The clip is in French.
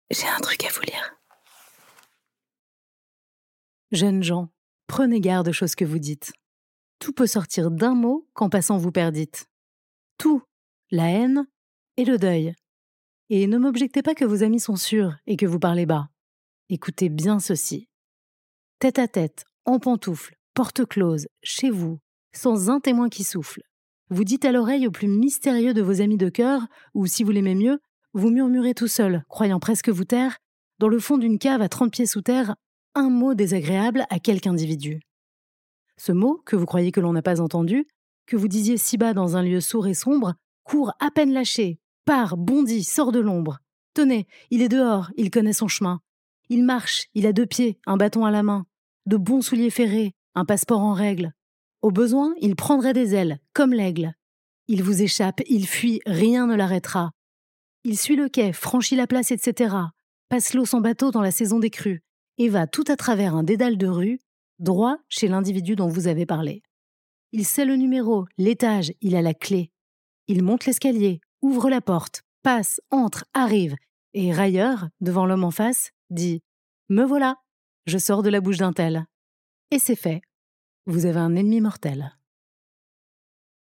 J'ai un truc à vous lire. Jeunes gens, prenez garde aux choses que vous dites. Tout peut sortir d'un mot qu'en passant vous perdîtes. Tout, la haine et le deuil. Et ne m'objectez pas que vos amis sont sûrs et que vous parlez bas. Écoutez bien ceci. Tête à tête, en pantoufles, porte close, chez vous, sans un témoin qui souffle. Vous dites à l'oreille au plus mystérieux de vos amis de cœur, ou si vous l'aimez mieux, vous murmurez tout seul, croyant presque vous taire, dans le fond d'une cave à 30 pieds sous terre, un mot désagréable à quelque individu. Ce mot, que vous croyez que l'on n'a pas entendu, que vous disiez si bas dans un lieu sourd et sombre, court à peine lâché, part, bondit, sort de l'ombre. Tenez, il est dehors, il connaît son chemin. Il marche, il a 2 pieds, un bâton à la main, de bons souliers ferrés, un passeport en règle. Au besoin, il prendrait des ailes, comme l'aigle. Il vous échappe, il fuit, rien ne l'arrêtera. Il suit le quai, franchit la place, etc., passe l'eau sans bateau dans la saison des crues, et va tout à travers un dédale de rue, droit chez l'individu dont vous avez parlé. Il sait le numéro, l'étage, il a la clé. Il monte l'escalier, ouvre la porte, passe, entre, arrive, et railleur, devant l'homme en face, dit « Me voilà, je sors de la bouche d'un tel ». Et c'est fait. Vous avez un ennemi mortel.